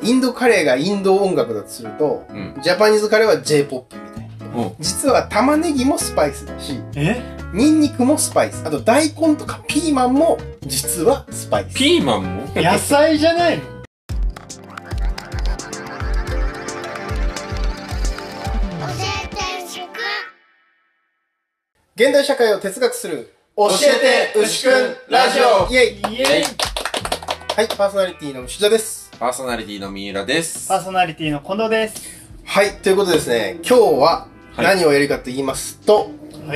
インドカレーがインド音楽だとすると、ジャパニーズカレーは J-POP みたいな。実は玉ねぎもスパイスだし、ニンニクもスパイス。あと大根とかピーマンも実はスパイス。 ピーマンも野菜じゃないの？ 現代社会を哲学する教えて牛くんラジオイエイ。 イエイ。 はい、パーソナリティの牛田です。 パーソナリティの三浦です。 パーソナリティの近藤です。 はい、ということでですね、今日は何をやるかと言いますと、 はい。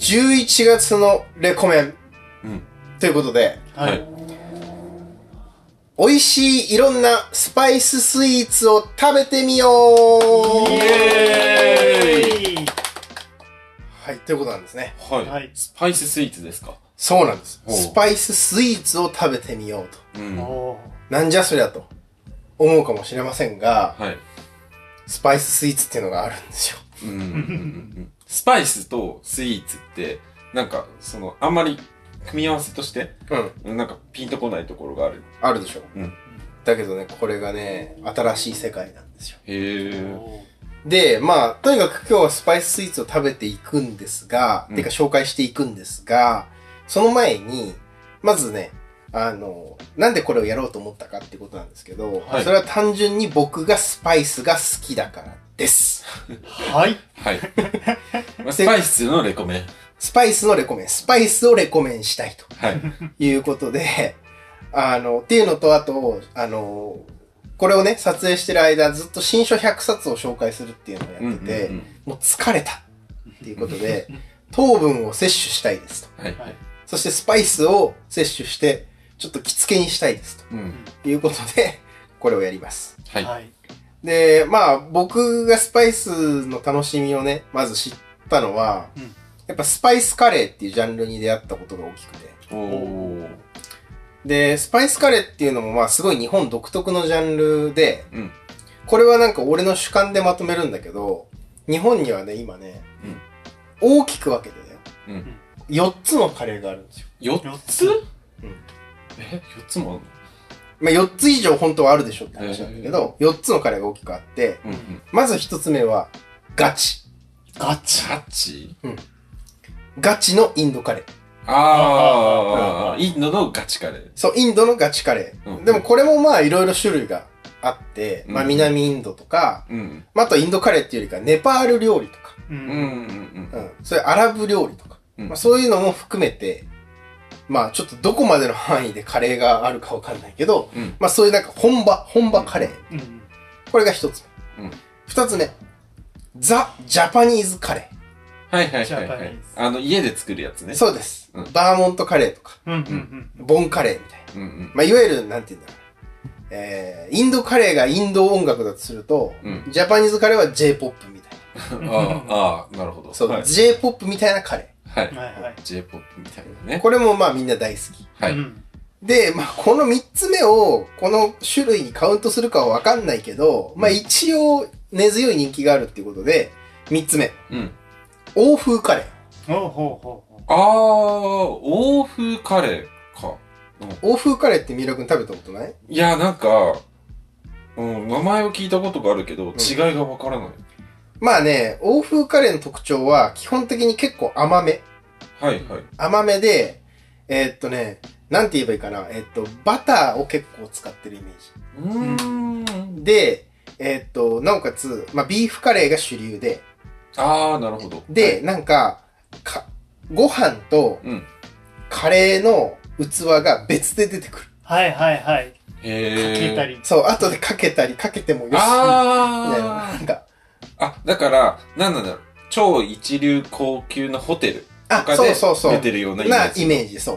11月のレコメン。ということで、 はい。 美味しいいろんなスパイススイーツを食べてみよう。 イエーイ。 はい、ということなんですね。 はい。スパイススイーツですか？ そうなんです。スパイススイーツを食べてみようと。なんじゃそりゃと思うかもしれませんが、スパイススイーツっていうのがあるんですよ。 スパイスとスイーツって、なんか、あんまり組み合わせとして、なんかピンとこないところがある。 あるでしょ。だけどね、これがね、新しい世界なんですよ。で、まあ、とにかく今日はスパイススイーツを食べていくんですが、てか紹介していくんですが、その前に、まずね、なんでこれをやろうと思ったかってことなんですけど、それは単純に僕がスパイスが好きだからです。 はい。 はい。スパイスのレコメン。 スパイスのレコメン。スパイスをレコメンしたいと。いうことで、っていうのと、あと、これをね、撮影してる間、ずっと新書100冊を紹介するっていうのをやってて、もう疲れたっていうことで、糖分を摂取したいですと。そしてスパイスを摂取して、ちょっと着付けにしたいですと。いうことで、これをやります。で、まあ、僕がスパイスの楽しみをね、まず知ったのは、やっぱスパイスカレーっていうジャンルに出会ったことが大きくて。で、スパイスカレーっていうのもまあすごい日本独特のジャンルで、これはなんか俺の主観でまとめるんだけど、日本にはね、今ね、大きく分けてだよ。4つのカレーがあるんですよ。 4つ？4つもあるの？ まあ4つ以上本当はあるでしょって話なんだけど、4つのカレーが大きくあって、まず1つ目は、ガチ。 ガチ？ ガチのインドカレー。 インドのガチカレー。 そう、インドのガチカレー。でもこれもまあいろいろ種類があって、まあ南インドとか、まああとインドカレーっていうよりかネパール料理とか、そういうアラブ料理とか、まあそういうのも含めて、まあちょっとどこまでの範囲でカレーがあるかわかんないけど、まあそういうなんか本場カレー。これが一つ目。二つ目、ザ・ジャパニーズカレー。 家で作るやつね。 そうです。バーモントカレーとか、ボンカレーみたいな。まあ、いわゆる、なんて言うんだろう。インドカレーがインド音楽だとすると、ジャパニーズカレーは J-POP みたいな。 なるほど。 そう、J-POP みたいなカレー。J-POP みたいなね。 これもまあみんな大好き。で、まあこの3つ目を、この種類にカウントするかはわかんないけど、まあ一応根強い人気があるっていうことで、3つ目。欧風カレー。 欧風カレーか。 欧風カレーって三浦くん食べたことない？ いや、なんか、名前を聞いたことがあるけど、違いがわからない。 まあね、欧風カレーの特徴は、基本的に結構甘め。甘めで、なんて言えばいいかな。バターを結構使ってるイメージ。で、なおかつ、まあビーフカレーが主流で、 なるほど。 で、なんか、ご飯と、カレーの器が別で出てくる。 かけたり。 そう、後でかけたり、かけてもよし。みたいな。なんか。 だから、なんだろう。超一流高級なホテルとかで出てるようなイメージ。 そう。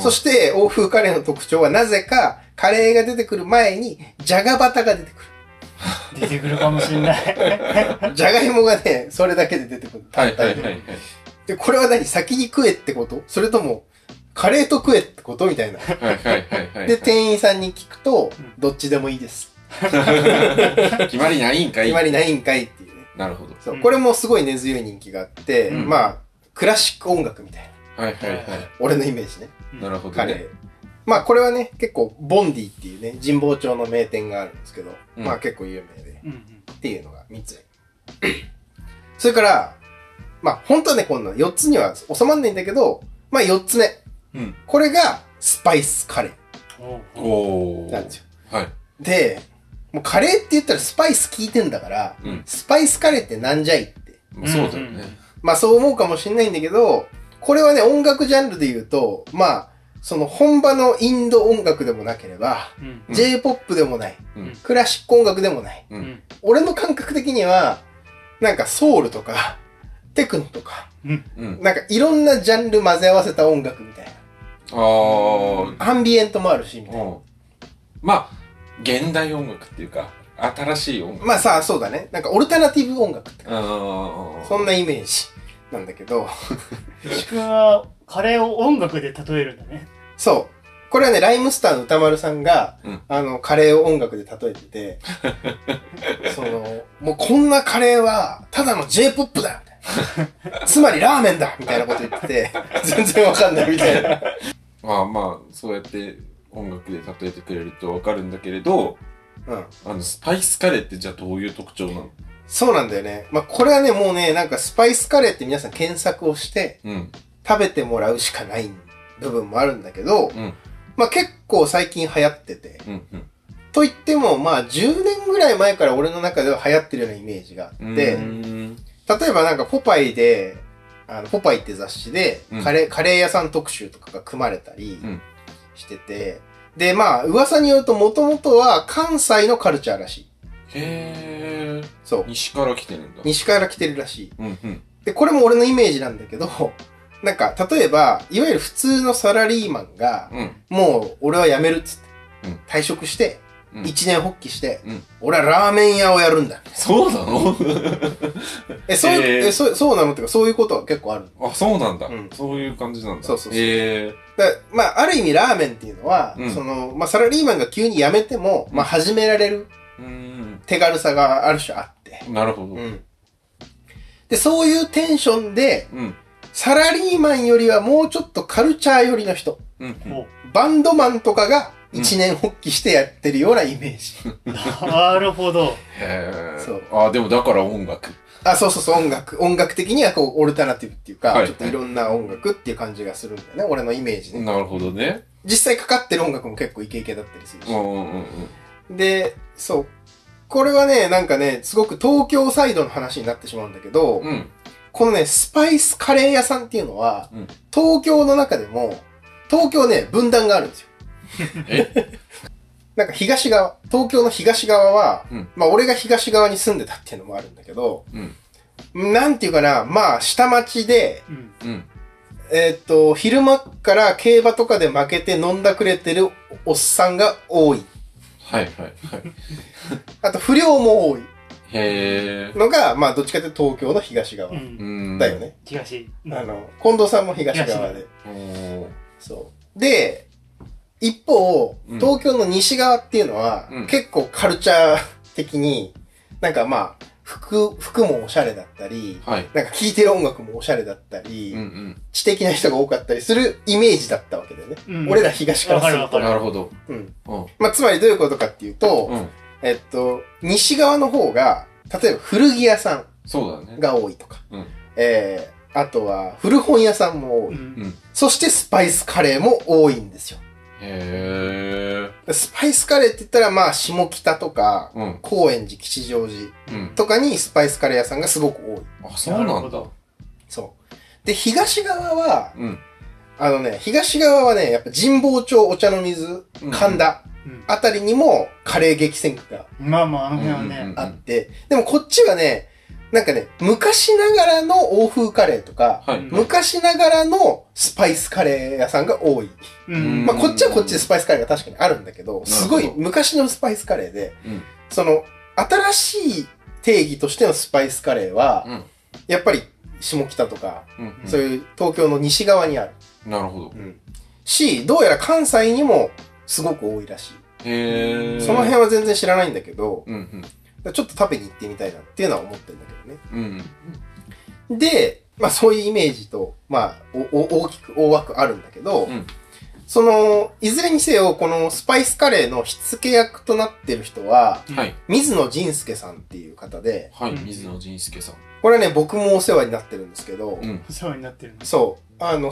そして、欧風カレーの特徴は、なぜか、カレーが出てくる前に、じゃがバタが出てくる。 出てくるかもしんない。 じゃがいもがね、それだけで出てくる。で、これは先に食えってこと？それとも、カレーと食えってことみたいな。で、店員さんに聞くと、どっちでもいいです。 決まりないんかい。 決まりないんかいっていうね。 なるほど。 そう、これもすごい根強い人気があって、まあ、クラシック音楽みたいな。俺のイメージね。 なるほど。 カレー。 まあこれはね、結構ボンディっていうね、神保町の名店があるんですけど、まあ結構有名で、っていうのが3つ目。それから、まあ本当はね、こんな4つには収まんないんだけど、まあ4つ目。これがスパイスカレー。なんですよ。はい。で、もうカレーって言ったらスパイス効いてんだから、スパイスカレーってなんじゃいって。 そうだよね。 まあそう思うかもしれないんだけど、これはね、音楽ジャンルで言うと、まあ、その本場のインド音楽でもなければ、J-POP でもない、クラシック音楽でもない、俺の感覚的には、なんかソウルとか、テクノとか、なんかいろんなジャンル混ぜ合わせた音楽みたいな。アンビエントもあるし、みたいな。 まあ、現代音楽っていうか、新しい音楽。 まあさ、そうだね。なんかオルタナティブ音楽って感じ。そんなイメージなんだけど。 石君はカレーを音楽で例えるんだね。 そう。これはね、ライムスターの歌丸さんが、カレーを音楽で例えてて、もうこんなカレーは、ただの J-POP だつまりラーメンだみたいなこと言ってて、全然わかんないみたいな。 まあ、そうやって音楽で例えてくれるとわかるんだけれど、スパイスカレーってじゃあどういう特徴なの？ そうなんだよね。まあ、これはね、もうね、なんかスパイスカレーって皆さん検索をして、食べてもらうしかない部分もあるんだけど、まあ結構最近流行ってて、と言っても、まあ10年ぐらい前から俺の中では流行ってるようなイメージがあって、例えばなんかポパイで、ポパイって雑誌でカレー屋さん特集とかが組まれたりしてて、で、まあ噂によると元々は関西のカルチャーらしい。 へー。 そう。 西から来てるんだ。 西から来てるらしい。で、これも俺のイメージなんだけど、なんか、例えば、いわゆる普通のサラリーマンが、もう俺は辞めるっつって、退職して、一年発起して、俺はラーメン屋をやるんだ。 そうなの？ そうなのっていうか、そういうことは結構ある。 あ、そうなんだ。そういう感じなんだ。 そう。まあ、ある意味ラーメンっていうのは、まあ、サラリーマンが急に辞めても、まあ、始められる手軽さがある種あって。 なるほど。 で、そういうテンションで、サラリーマンよりはもうちょっとカルチャー寄りの人、バンドマンとかが一年発起してやってるようなイメージ。 なるほど。 へー。そう。あ、でもだから音楽。 あ、そう、音楽的にはこう、オルタナティブっていうか、ちょっといろんな音楽っていう感じがするんだよね。俺のイメージね。 なるほどね。 実際かかってる音楽も結構イケイケだったりするし。で、そう。これはね、なんかね、すごく東京サイドの話になってしまうんだけど、このね、スパイスカレー屋さんっていうのは、東京の中でも、東京ね、分断があるんですよ。なんか東側、東京の東側は、まあ俺が東側に住んでたっていうのもあるんだけど、なんていうかな、まあ下町で、昼間から競馬とかで負けて飲んだくれてるおっさんが多い。あと不良も多い。のが、まあ、どっちかというと東京の東側。だよね。 東。 近藤さんも東側で。そう。で、一方、東京の西側っていうのは、結構カルチャー的に、なんかまあ、服もおしゃれだったり、なんか聴いてる音楽もおしゃれだったり、知的な人が多かったりするイメージだったわけだよね。俺ら東からすると。 なるほど。 まあ、つまりどういうことかっていうと、西側の方が、例えば古着屋さんが多いとか、あとは古本屋さんも多い、そしてスパイスカレーも多いんですよ。スパイスカレーって言ったらまあ下北とか、高円寺吉祥寺とかにスパイスカレー屋さんがすごく多い。 あ、そうなんだ。 そう。で、東側は、東側はね、やっぱ神保町お茶の水、神田あたりにもカレー激戦区がまあまあ、あの辺はね。 あって、でもこっちはね、なんかね、昔ながらの欧風カレーとか、昔ながらのスパイスカレー屋さんが多い。まあこっちはこっちでスパイスカレーが確かにあるんだけど、すごい昔のスパイスカレーで、その、新しい定義としてのスパイスカレーは、やっぱり下北とか、そういう東京の西側にある。 なるほど。 どうやら関西にもすごく多いらしい。その辺は全然知らないんだけど、ちょっと食べに行ってみたいなっていうのは思ってるんだけどね。で、まあそういうイメージと、まあ大きく大枠あるんだけど、 いずれにせよ、このスパイスカレーの火付け役となってる人は、 はい。 水野仁介さんっていう方で、 はい、水野仁介さん。 これはね、僕もお世話になってるんですけど、 うん。 お世話になってるの。 そう、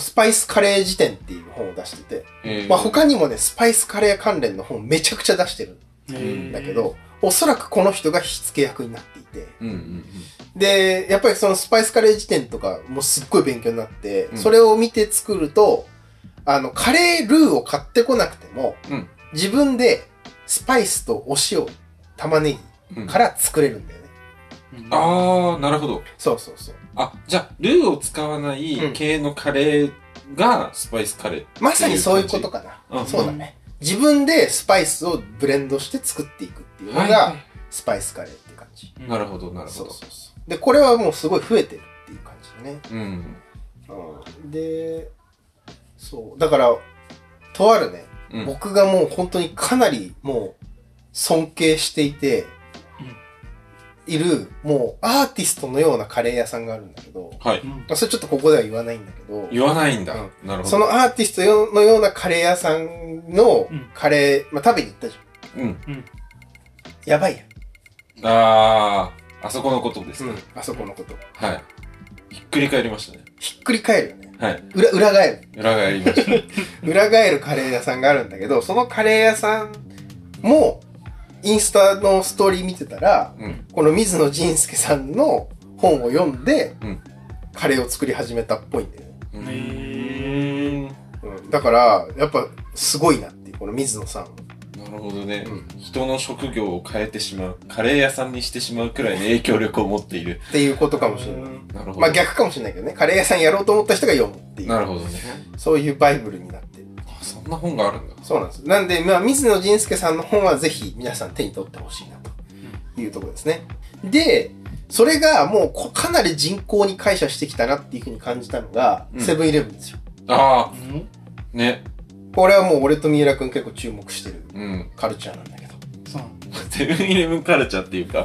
スパイスカレー辞典っていう本を出してて、まあ他にもね、スパイスカレー関連の本めちゃくちゃ出してるんだけど、おそらくこの人が火付け役になっていて、で、やっぱりそのスパイスカレー辞典とかもすっごい勉強になって、それを見て作ると、カレールーを買ってこなくても、自分でスパイスとお塩、玉ねぎから作れるんだよね。 ああ、なるほど。 そうそうそう。 あ、じゃあ、ルーを使わない系のカレーがスパイスカレー。 まさにそういうことかな。そうだね。自分でスパイスをブレンドして作っていくっていうのが、スパイスカレーって感じ。 なるほど、なるほど。 そうそうそう。で、これはもうすごい増えてるっていう感じだね。で、そう。だから、とあるね、僕がもう本当にかなりもう尊敬していて、いる、もうアーティストのようなカレー屋さんがあるんだけど、 はい。 それちょっとここでは言わないんだけど、 言わないんだ。なるほど。 そのアーティストのようなカレー屋さんのカレー、まあ食べに行ったじゃん。やばいやん。 あそこのことですね。 あそこのこと。 はい。ひっくり返りましたね。 ひっくり返るよね。 はい。 裏返る。 裏返りました。 裏返るカレー屋さんがあるんだけど、そのカレー屋さんも、インスタのストーリー見てたら、この水野仁介さんの本を読んで、カレーを作り始めたっぽいんだよね。だから、やっぱすごいなっていう、この水野さん。 なるほどね。人の職業を変えてしまう、カレー屋さんにしてしまうくらいの影響力を持っている。 っていうことかもしれない。 なるほど。 まあ逆かもしれないけどね。カレー屋さんやろうと思った人が読むっていう。 なるほどね。 そういうバイブルになってる。 そんな本があるんだ。 そうなんです。なんで、まあ、水野仁介さんの本はぜひ皆さん手に取ってほしいなというところですね。で、それがもうかなり人口に解釈してきたなっていうふうに感じたのが、セブンイレブンですよ。 ああ。ね。 これはもう俺と三浦くん結構注目してるカルチャーなんだけど。 そう。 セブンイレブンカルチャーっていうか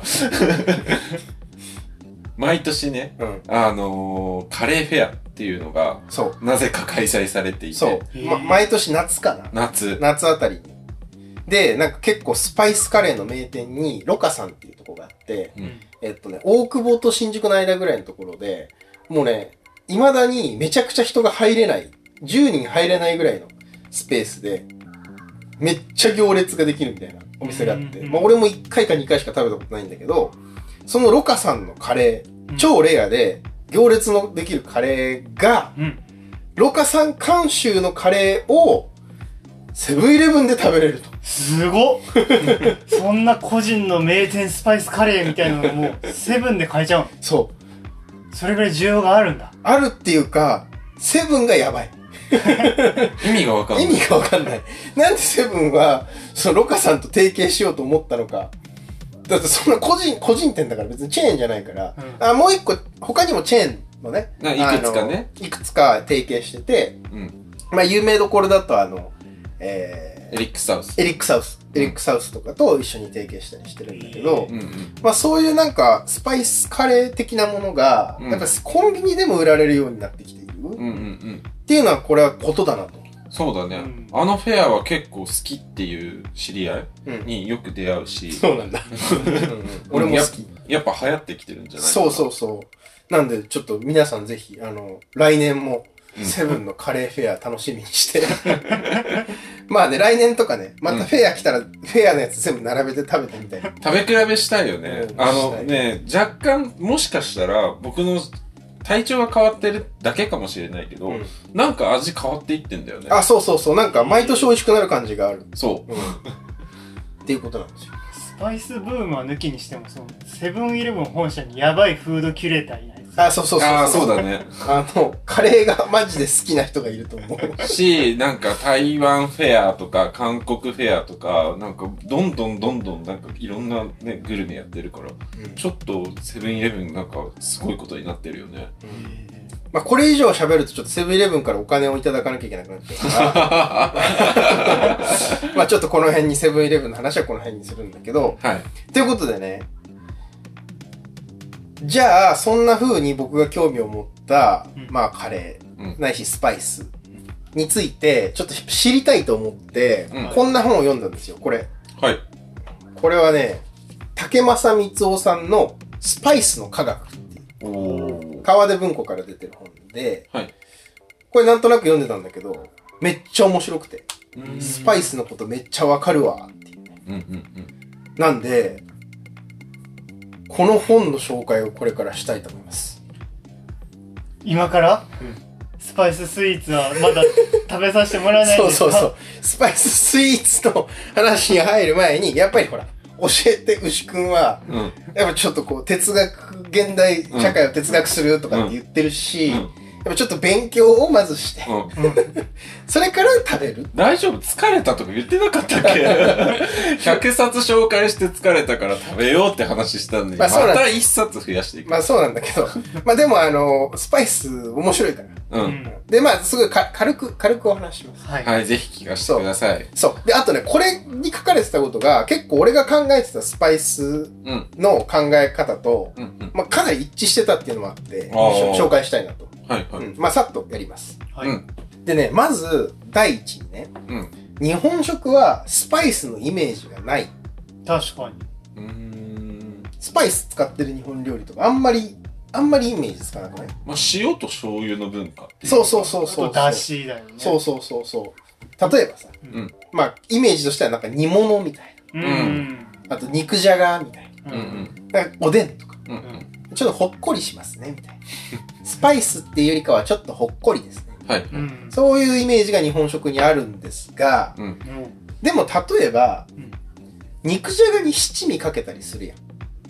毎年ね、カレーフェアっていうのが、なぜか開催されていて。 そう。毎年夏かな。夏あたりに。で、なんか結構スパイスカレーの名店に、ロカさんっていうところがあって、大久保と新宿の間ぐらいのところで、もうね、未だにめちゃくちゃ人が入れない、10人入れないぐらいのスペースで、めっちゃ行列ができるみたいなお店があって、まあ俺も1回か2回しか食べたことないんだけど、そのロカさんのカレー、超レアで行列のできるカレーが、ロカさん監修のカレーをセブンイレブンで食べれると。 すごっそんな個人の名店スパイスカレーみたいなのがもうセブンで買えちゃうの？ そう。 それぐらい需要があるんだ。 あるっていうか、セブンがやばい。 意味がわかんない。 意味がわかんない。なんでセブンは、そのロカさんと提携しようと思ったのか。だってそんな個人店だから別にチェーンじゃないから。もう一個、他にもチェーンのね。 いくつかね。 いくつか提携してて、まあ有名どころだとエリックサウス。 エリックサウスとかと一緒に提携したりしてるんだけど、まあそういうなんかスパイスカレー的なものが、やっぱコンビニでも売られるようになってきている。っていうのはこれはことだなと。 そうだね。あのフェアは結構好きっていう知り合いによく出会うし。 そうなんだ。俺も好き。 やっぱ流行ってきてるんじゃないかな。そうなんでちょっと皆さんぜひ、来年もセブンのカレーフェア楽しみにして。まあね、来年とかね、またフェア来たら、フェアのやつ全部並べて食べてみたいな。 食べ比べしたいよね。若干、もしかしたら、僕の体調が変わってるだけかもしれないけど、なんか味変わっていってんだよね。 あ、そう。なんか毎年美味しくなる感じがある。 そう。 っていうことなんですよ。 スパイスブームは抜きにしても、セブンイレブン本社にやばいフードキュレーターいないですか？ あ、そうだね。 カレーがマジで好きな人がいると思う。 なんか台湾フェアとか韓国フェアとか、なんかどんどんなんかいろんなね、グルメやってるから、ちょっとセブンイレブンなんかすごいことになってるよね。 まあこれ以上喋るとちょっとセブンイレブンからお金をいただかなきゃいけなくなっちゃうから。まあちょっとこの辺にセブンイレブンの話はこの辺にするんだけど。 はい。 ということでね。じゃあ、そんな風に僕が興味を持った、まあカレー、ないしスパイスについてちょっと知りたいと思って、こんな本を読んだんですよ、これ。 はい。 これはね、竹正光雄さんのスパイスの科学っていう、川出文庫から出てる本で、はい、これなんとなく読んでたんだけど、めっちゃ面白くて、スパイスのことめっちゃわかるわっていうね。なんで、この本の紹介をこれからしたいと思います。 今から、スパイススイーツはまだ食べさせてもらえないんですか？ そう。スパイススイーツの話に入る前に、やっぱりほら、教えて牛くんは、やっぱちょっとこう、現代社会を哲学するとかって言ってるし、やっぱちょっと勉強をまずして、それから食べる。 大丈夫？疲れたとか言ってなかったっけ？ 100 冊紹介して疲れたから食べようって話したんで、また1冊増やしていく。 まあそうなんだけど、まあでもスパイス面白いから。で、まあすごい軽くお話します。 はい、ぜひ聞かせてください。 そう。で、あとね、これに書かれてたことが、結構俺が考えてたスパイスの考え方と、まあかなり一致してたっていうのもあって、紹介したいなと。まあさっとやります。でね、まず、第一にね、日本食はスパイスのイメージがない。 確かに。 スパイス使ってる日本料理とかあんまりイメージつかなくない？ まあ塩と醤油の文化っていう。 そう。 だしだよね。 そう。例えばさ、まあイメージとしてはなんか煮物みたいな。あと肉じゃがみたいな。おでんとか。ちょっとほっこりしますねみたいな。スパイスっていうよりかはちょっとほっこりですね。そういうイメージが日本食にあるんですが、でも例えば、肉じゃがに七味かけたりするやん。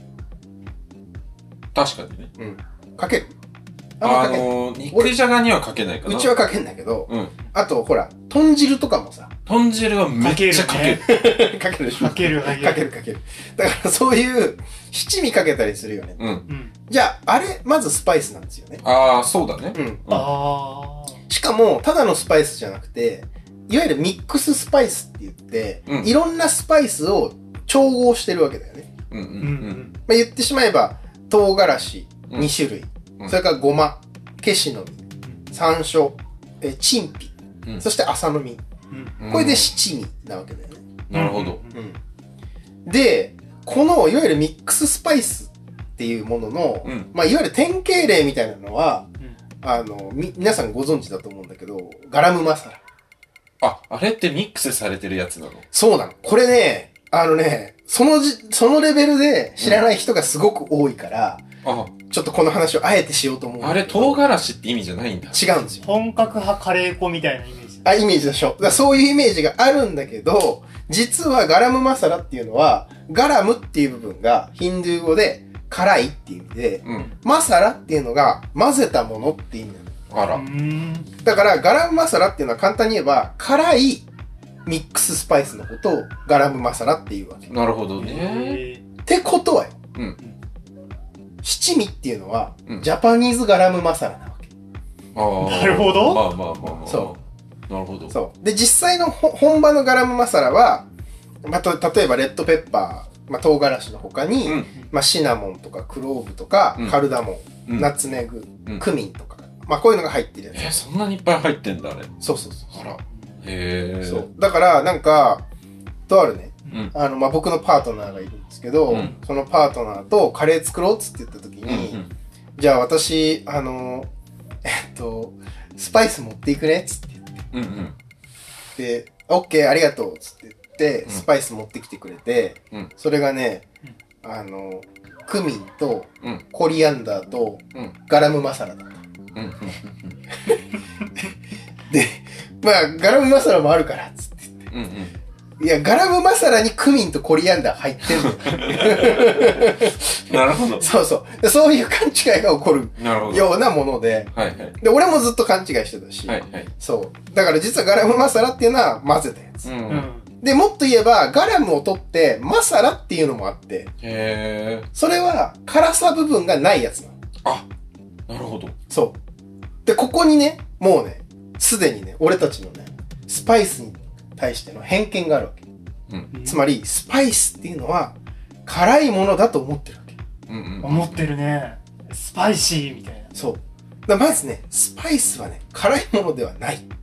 確かにね。 かける？ 肉じゃがにはかけないかな。 うちはかけんだけど、あとほら、豚汁とかもさ。 豚汁はめっちゃかける。 かけるでしょ？ かける。 だからそういう七味かけたりするよね。じゃあ、あれ、まずスパイスなんですよね。 ああ、そうだね。 しかも、ただのスパイスじゃなくて、いわゆるミックススパイスって言って、いろんなスパイスを調合してるわけだよね。言ってしまえば、唐辛子2種類、それからごま、ケシの実、山椒、陳皮、そして麻の実。これで七味なわけだよね。 なるほど。 で、このいわゆるミックススパイスっていうものの、まあいわゆる典型例みたいなのは、皆さんご存知だと思うんだけど、ガラムマサラ。 あれってミックスされてるやつなの？ そうなの。これね、そのレベルで知らない人がすごく多いから、ちょっとこの話をあえてしようと思うんだけど。 あれ、唐辛子って意味じゃないんだ。 違うんですよ。 本格派カレー粉みたいなイメージ。 イメージでしょ。そういうイメージがあるんだけど、実はガラムマサラっていうのは、ガラムっていう部分がヒンドゥー語で辛いっていう意味で、マサラっていうのが混ぜたものっていう意味なの。だからガラムマサラっていうのは簡単に言えば、辛いミックススパイスのことをガラムマサラっていうわけ。 なるほどね。 ってことはよ。七味っていうのは、ジャパニーズガラムマサラなわけ。 なるほど。 まあ。 そう。 なるほど。 そう。で、実際の本場のガラムマサラは、まあ、例えばレッドペッパー、まあ、唐辛子の他に、まあ、シナモンとかクローブとか、カルダモン、ナツメグ、クミンとか、まあ、こういうのが入ってるやつ。 そんなにいっぱい入ってんだ、あれ。 そう。 あら。へえ。 そう。だから、なんか、とあるね、まあ、僕のパートナーがいるんですけど、そのパートナーとカレー作ろうっつって言った時に、じゃあ私、スパイス持っていくねっつって。で、オッケーありがとうっつって言って、スパイス持ってきてくれて、それがね、クミンと、コリアンダーと、ガラムマサラだった。で、まあ、ガラムマサラもあるから、つって言って。いや、ガラムマサラにクミンとコリアンダー入ってんのよ。 なるほど。 そういう勘違いが起こるようなもので、で、俺もずっと勘違いしてたし、そう。だから実はガラムマサラっていうのは混ぜたやつ。で、もっと言えば、ガラムを取って、マサラっていうのもあって、それは辛さ部分がないやつなの。 なるほど。 そう。で、ここにね、もうね、すでにね、俺たちのね、スパイスに対しての偏見があるわけ。つまり、スパイスっていうのは、辛いものだと思ってるわけ。 思ってるね。スパイシーみたいな。 そう。まずね、スパイスはね、辛いものではない。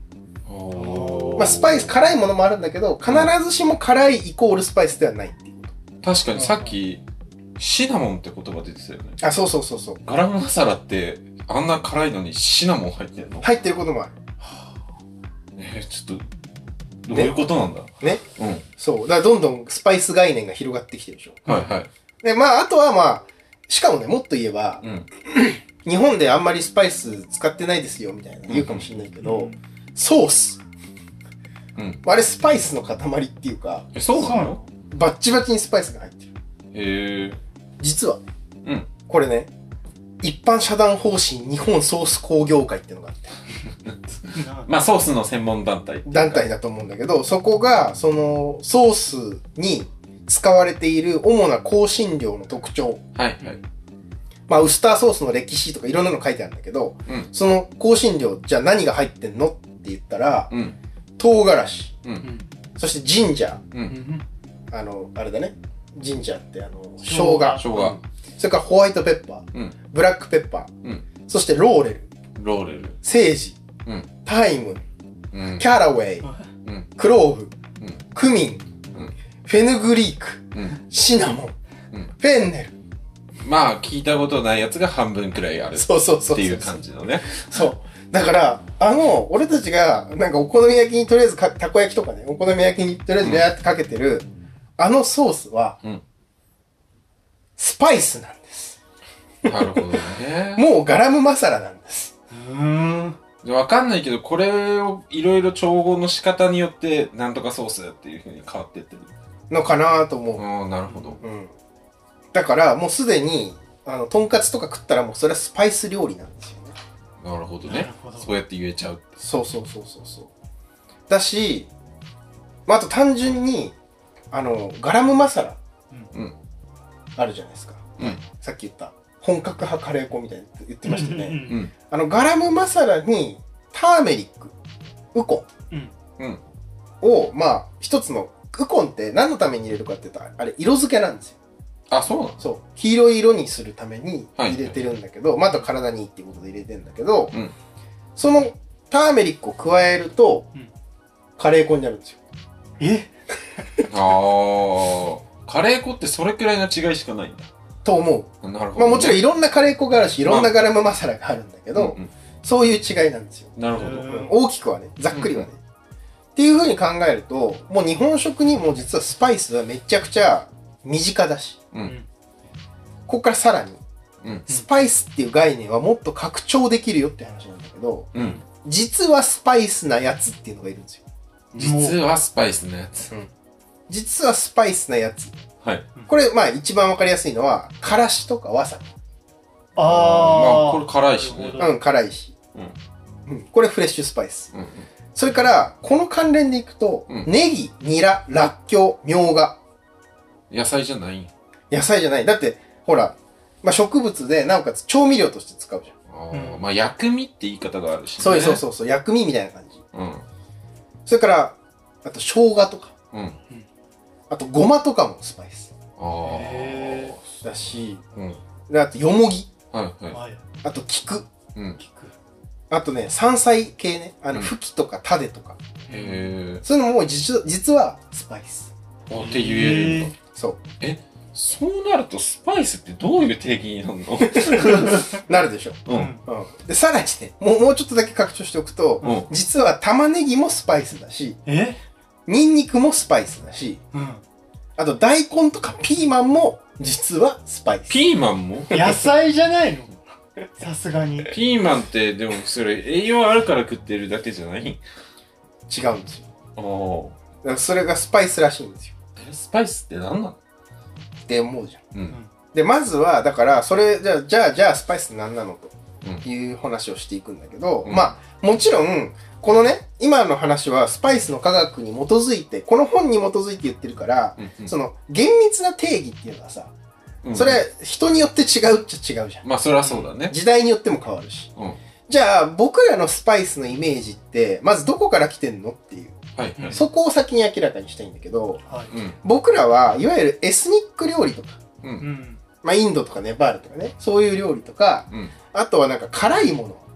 おーまあ、スパイス、辛いものもあるんだけど、必ずしも辛いイコールスパイスではないっていうこ確かにさっき、シナモンって言葉出てたよね。 と。あ、そうそうそうそう。 ガラムマサラって、あんな辛いのにシナモン入ってんの？ 入ってることもある。 ちょっと、どういうことなんだ？ ね。 うん。 そう。だからどんどんスパイス概念が広がってきてるでしょ。 はいはい。 で、まあ、あとはまあ、しかもね、もっと言えば、 うん。 日本であんまりスパイス使ってないですよ、みたいな言うかもしれないけど、ソース。 うん。 あれスパイスの塊っていうか、 そうなの？ バッチバチにスパイスが入ってる。 へえ。 実は、 うん。 これね、一般社団法人日本ソース工業会っていうのがあって、 まあソースの専門団体。 団体だと思うんだけど、そこが、その、ソースに使われている主な香辛料の特徴。 はいはい。 まあ、ウスターソースの歴史とかいろんなの書いてあるんだけど、 うん。 その香辛料、じゃあ何が入ってんのって言ったら、 うん。 唐辛子、 うん。 そしてジンジャー、 うん。 あれだね。ジンジャーって生姜。 生姜。 それからホワイトペッパー、 うん。 ブラックペッパー、 うん。 そしてローレル、 ローレル。 セージ、 うん。 タイム、 うん。 キャラウェイ、 うん。 クローブ、 うん。 クミン、 うん。 フェヌグリーク、 うん。 シナモン、 うん。 フェンネル。 まあ、聞いたことないやつが半分くらいある。 そうそうそうそう。 っていう感じのね。 そう。だから、俺たちが、なんかお好み焼きにとりあえずたこ焼きとかね、お好み焼きにとりあえずレアってかけてる、ソースは、 うん。 スパイスなんです。 なるほどね。 もうガラムマサラなんです。 わかんないけど、これをいろいろ調合の仕方によって、なんとかソースっていう風に変わってってる。 のかなと思う。 ああ、なるほど。 うん。だから、もうすでに、とんかつとか食ったらもうそれはスパイス料理なんですよね。 なるほどねなるほど。 そうやって言えちゃう。 そうそうそうそうそう。だし、まあ、あと単純に、ガラムマサラうん。 あるじゃないですか。 うん。 さっき言った、本格派カレー粉みたいに言ってましたよね。 うん。 ガラムマサラに、ターメリック、ウコうん。 ンを、まあ、一つの、ウコンって何のために入れるかって言ったら、あれ、色付けなんですよ。 あ、そうなの？ そう。黄色い色にするために入れてるんだけど、まあ、あと体にいいっていうことで入れてるんだけど、 うん。 そのターメリックを加えると、 うんカレー粉になるんですよ。 ああ。カレー粉ってそれくらいの違いしかないんだ。 と思う。 なるほど、ね。 まあもちろんいろんなカレー粉があるし、いろんなガラムマサラがあるんだけど、 うんそういう違いなんですよ。 なるほど。 大きくはね、ざっくりはね。っていう風に考えると、もう日本食にも実はスパイスはめちゃくちゃ身近だし、 うん。 ここからさらに、 うん。 スパイスっていう概念はもっと拡張できるよって話なんだけど、 うん。 実はスパイスなやつっていうのがいるんですよ。 実はスパイスのやつ。 実はスパイスなやつ。 はい。 これ、まあ一番わかりやすいのは、からしとかわさび。 まあ、これ辛いしね。 うん、辛いし。うん。これフレッシュスパイス。 うん。 それから、この関連でいくと、 うんネギ、ニラ、ラッキョウ、ミョウガ。 野菜じゃないん？ 野菜じゃない。だって、ほら、まあ、植物で、なおかつ調味料として使うじゃん。 ああ、まあ薬味って言い方があるしね。 そうそうそうそう、薬味みたいな感じ。 うん。 それから、あと生姜とか、 うん。 あとごまとかもスパイスあへあ。 だし、 うん。 であとよもぎ、 はいははい。 あと菊、 い。うん。 聞く。 あとね、山菜系ね、 うんふきとかタデとか、 へえ。 そういうのも実はスパイス。 あって言えるんだ。 そう。 そうなるとスパイスってどういう定義になるの？ なるでしょ。 うん。 うん。で、さらにね、もうちょっとだけ拡張しておくと、 うん。 実は玉ねぎもスパイスだし、 えニンニクもスパイスだし、 うん。 あと大根とかピーマンも実はスパイス。 ピーマンも？ 野菜じゃないのさすがに。 ピーマンってでもそれ栄養あるから食ってるだけじゃない？ 違うんですよ。 ああ。 だからそれがスパイスらしいんですよ。 スパイスって何なの？ って思うじゃん。 うん。 で、まずは、だから、それ、じゃあ、スパイスって何なのうんという話をしていくんだけど、 うんまあ、もちろん、このね、今の話はスパイスの科学に基づいて、この本に基づいて言ってるから、 うん。 その、厳密な定義っていうのはさ、 うんそれ、人によって違うっちゃ違うじゃん。 まあそりゃそうだね。 時代によっても変わるし。 うん。 じゃあ、僕らのスパイスのイメージって、まずどこから来てんのっていう。 はいはい。 そこを先に明らかにしたいんだけど、 はい。 うん。 僕らはいわゆるエスニック料理とか、 う。 うんん。 まあインドとかネパールとかね、そういう料理とか、 うん。 あとはなんか辛いもの。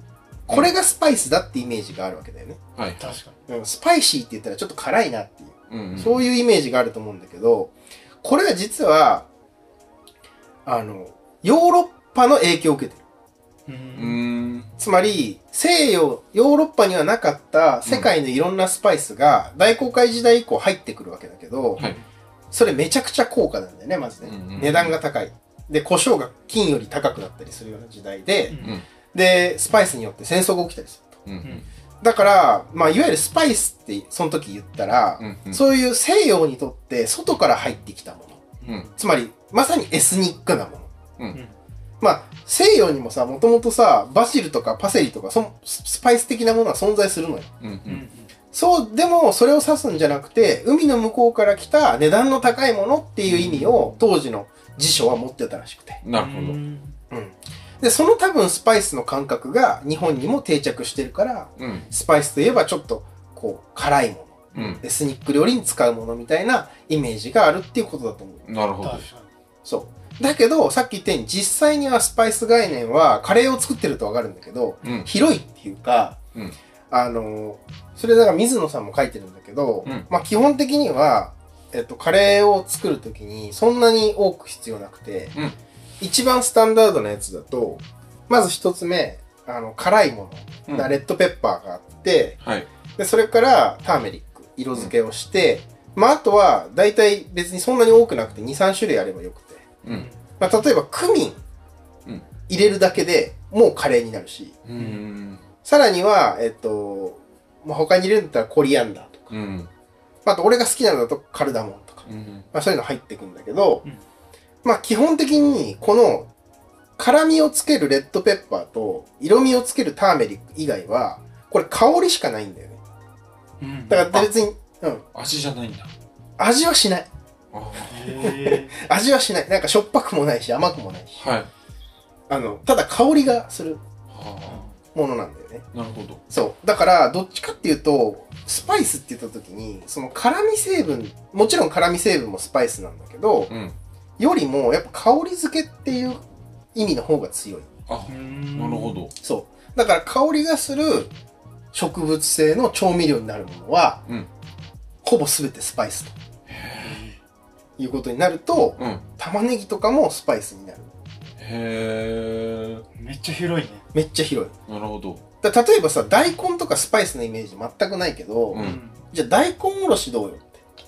これがスパイスだってイメージがあるわけだよね。 はい。 確かスパイシーって言ったらちょっと辛いなっていう、 うんうん、 そういうイメージがあると思うんだけど、これは実は、ヨーロッパの影響を受けてる。つまり、西洋、ヨーロッパにはなかった世界のいろんなスパイスが大航海時代以降入ってくるわけだけど、 はい、 それめちゃくちゃ高価なんだよね、まずね。値段が高い。で、胡椒が金より高くなったりするような時代で、で、スパイスによって戦争が起きたりすると。だから、まあ、いわゆるスパイスってその時言ったら、そういう西洋にとって外から入ってきたもの。つまり、まさにエスニックなもの。まあ、西洋にもさ、もともとさ、バジルとかパセリとか、スパイス的なものは存在するのよ。そう、でも、それを指すんじゃなくて、海の向こうから来た値段の高いものっていう意味を、当時の辞書は持ってたらしくて。 なるほど。 で、その多分スパイスの感覚が日本にも定着してるから、スパイスといえばちょっと、こう、辛いもの、エスニック料理に使うものみたいなイメージがあるっていうことだと思う。 なるほど。 そう。だけど、さっき言ったように、実際にはスパイス概念は、カレーを作ってるとわかるんだけど、広いっていうか、それだから水野さんも書いてるんだけど、まあ基本的には、カレーを作るときにそんなに多く必要なくて、一番スタンダードなやつだと、まず一つ目、辛いもの、レッドペッパーがあって、で、それからターメリック、色付けをして、まああとは、だいたい別にそんなに多くなくて2、3種類あればよくて、まあ例えばクミン入れるだけでもうカレーになるし、さらには、まあ、他に入れるんだったらコリアンダーとか、あと俺が好きなのだとカルダモンとか、まあそういうの入ってくんだけど、まあ基本的にこの辛みをつけるレッドペッパーと色味をつけるターメリック以外は、これ香りしかないんだよね。だから別に、 味じゃないんだ。 味はしない。味はしない。なんかしょっぱくもないし甘くもないし。ただ香りがするものなんだよね。 なるほど。 そう。だから、どっちかっていうと、スパイスって言った時に、その辛味成分、もちろん辛味成分もスパイスなんだけど、よりもやっぱ香り付けっていう意味の方が強い。 なるほど。 そう。だから香りがする植物性の調味料になるものは、ほぼ全てスパイスということになると、玉ねぎとかもスパイスになる。 めっちゃ広いね。 めっちゃ広い。 なるほど。 例えばさ、大根とかスパイスのイメージ全くないけど、じゃあ大根おろしどうよって。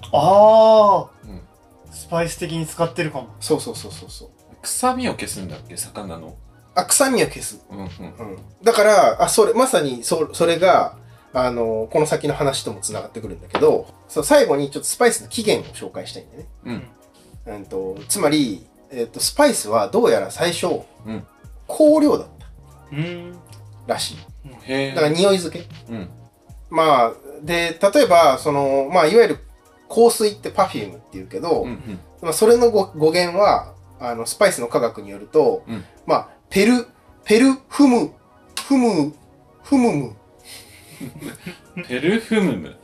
スパイス的に使ってるかも。 そう。 臭みを消すんだっけ、魚の。 臭みを消す。だから、まさにそれが、この先の話とも繋がってくるんだけど、最後にちょっとスパイスの起源を紹介したいんだよね。つまり、スパイスはどうやら最初、香料だったらしい。だから匂い付け。まあ、で、例えば、まあ、いわゆる香水ってパフュームって言うけど、まあ、それの語源は、スパイスの科学によると、まあ、ペルフムム。 ペルフムム。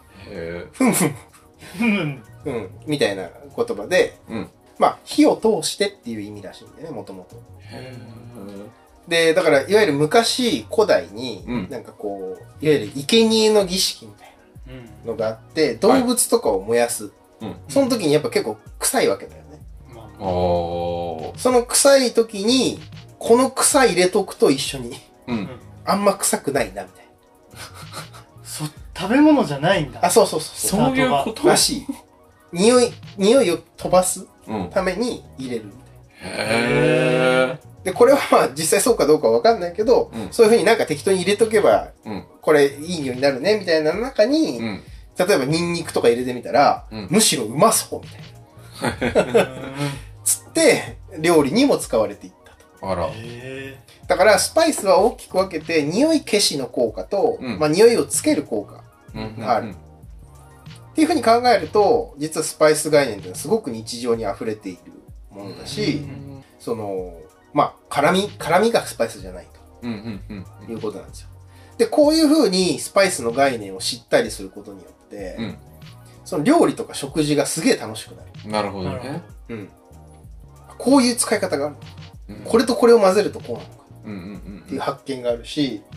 みたいな言葉で、まあ、火を通してっていう意味らしいんだよね、もともと。で、だから、いわゆる昔、古代に、なんかこう、いわゆる生贄の儀式みたいなのがあって、動物とかを燃やす。その時にやっぱ結構臭いわけだよね。その臭い時に、この草入れとくと一緒に、あんま臭くないな、みたいな。 食べ物じゃないんだ。 そう。 そういうことらしい。匂いを飛ばすために入れるみたいな。で、これはまあ実際そうかどうかわかんないけど、そういう風になんか適当に入れとけば、これいい匂いになるね、みたいな中に、例えばニンニクとか入れてみたら、むしろうまそう、みたいな。つって、料理にも使われていったと。 あら。 だからスパイスは大きく分けて、匂い消しの効果と、まあ匂いをつける効果がある。っていう風に考えると、実はスパイス概念っていうのはすごく日常に溢れているものだし、まあ、辛みがスパイスじゃないということなんですよ。で、こういう風にスパイスの概念を知ったりすることによって、その料理とか食事がすげえ楽しくなる。 なるほどね。 こういう使い方がある。これとこれを混ぜるとこうなのか。っていう発見があるし、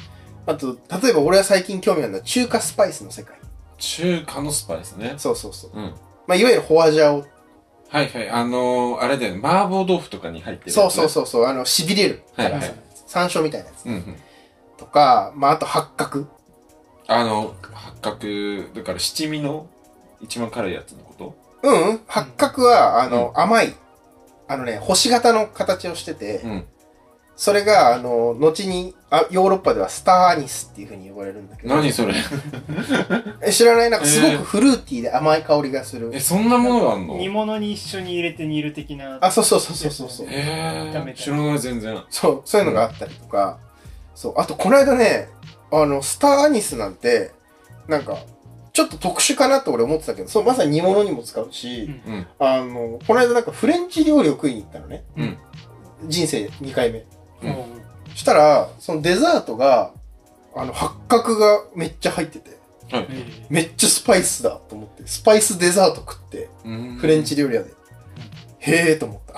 あと、例えば俺は最近興味あるのは中華スパイスの世界。 中華のスパイスね。 そうそうそう。 うん。 まあ、いわゆるホワジャオ。 はいはい。あれだよね。麻婆豆腐とかに入ってる、ね。 そうそうそうそう。痺れる。 はいはい。 山椒みたいなやつ。 うんうん。 とか、まあ、あと八角。 八角、だから七味の一番辛いやつのこと？ うん。八角は、甘い。星型の形をしてて、 うん。 それが、後にヨーロッパではスターアニスっていう風に呼ばれるんだけど。 何それ知らない？なんかすごくフルーティーで甘い香りがする。 そんなものがあんの？ 煮物に一緒に入れて煮る的な。 あ、そうそうそうそうそう。 知らない全然。 そういうのがあったりとか。そう。あと、この間ね、スターアニスなんて、なんか、ちょっと特殊かなと俺思ってたけど、そう、まさに煮物にも使うし、 うん、 この間なんかフレンチ料理を食いに行ったのね。 うん、 人生2回目。 うん。 したら、そのデザートが、八角がめっちゃ入ってて、 はい、 めっちゃスパイスだと思って、スパイスデザート食って、フレンチ料理屋で、へーと思った。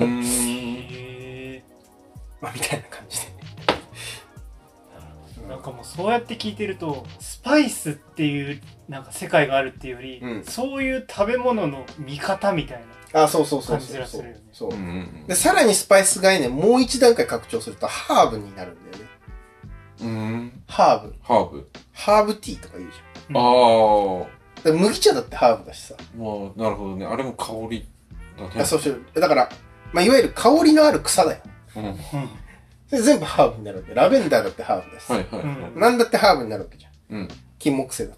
まあ、みたいな感じで。 なんかもうそうやって聞いてると、スパイスっていうなんか世界があるっていうより、そういう食べ物の見方みたいな感じがするよね。 そう。で、さらにスパイス概念もう一段階拡張するとハーブになるんだよね。ハーブティーとか言うじゃん。麦茶だってハーブだしさ。 なるほどね。あれも香りだね。 そうしよう。だから、まあ、いわゆる香りのある草だよ。全部ハーブになるわけ。ラベンダーだってハーブだし。なんだってハーブになるわけじゃん。金木犀だって。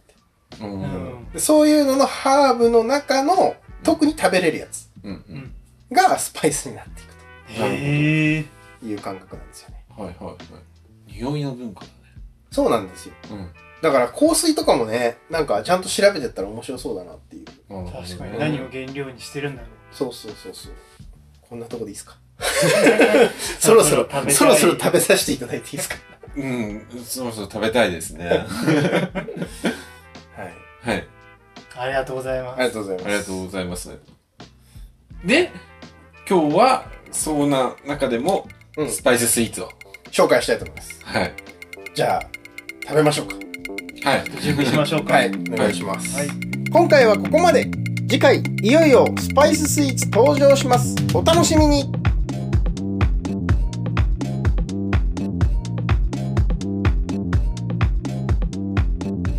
そういうののハーブの中の特に食べれるやつがスパイスになっていくという感覚なんですよね。 匂いの文化だね。 そうなんですよ。だから香水とかもね、なんかちゃんと調べてったら面白そうだなっていう。 確かに何を原料にしてるんだろう。 そうそう。こんなとこでいいですか？そろそろ食べさせていただいていいですか？ そろそろ食べたいですね。はい。 ありがとうございます。 ありがとうございます。 で、今日はそんな中でもスパイススイーツを紹介したいと思います。 はい。 じゃあ食べましょうか。 はい。準備しましょうか。 はい。お願いします。今回はここまで。次回いよいよスパイススイーツ登場します。お楽しみに。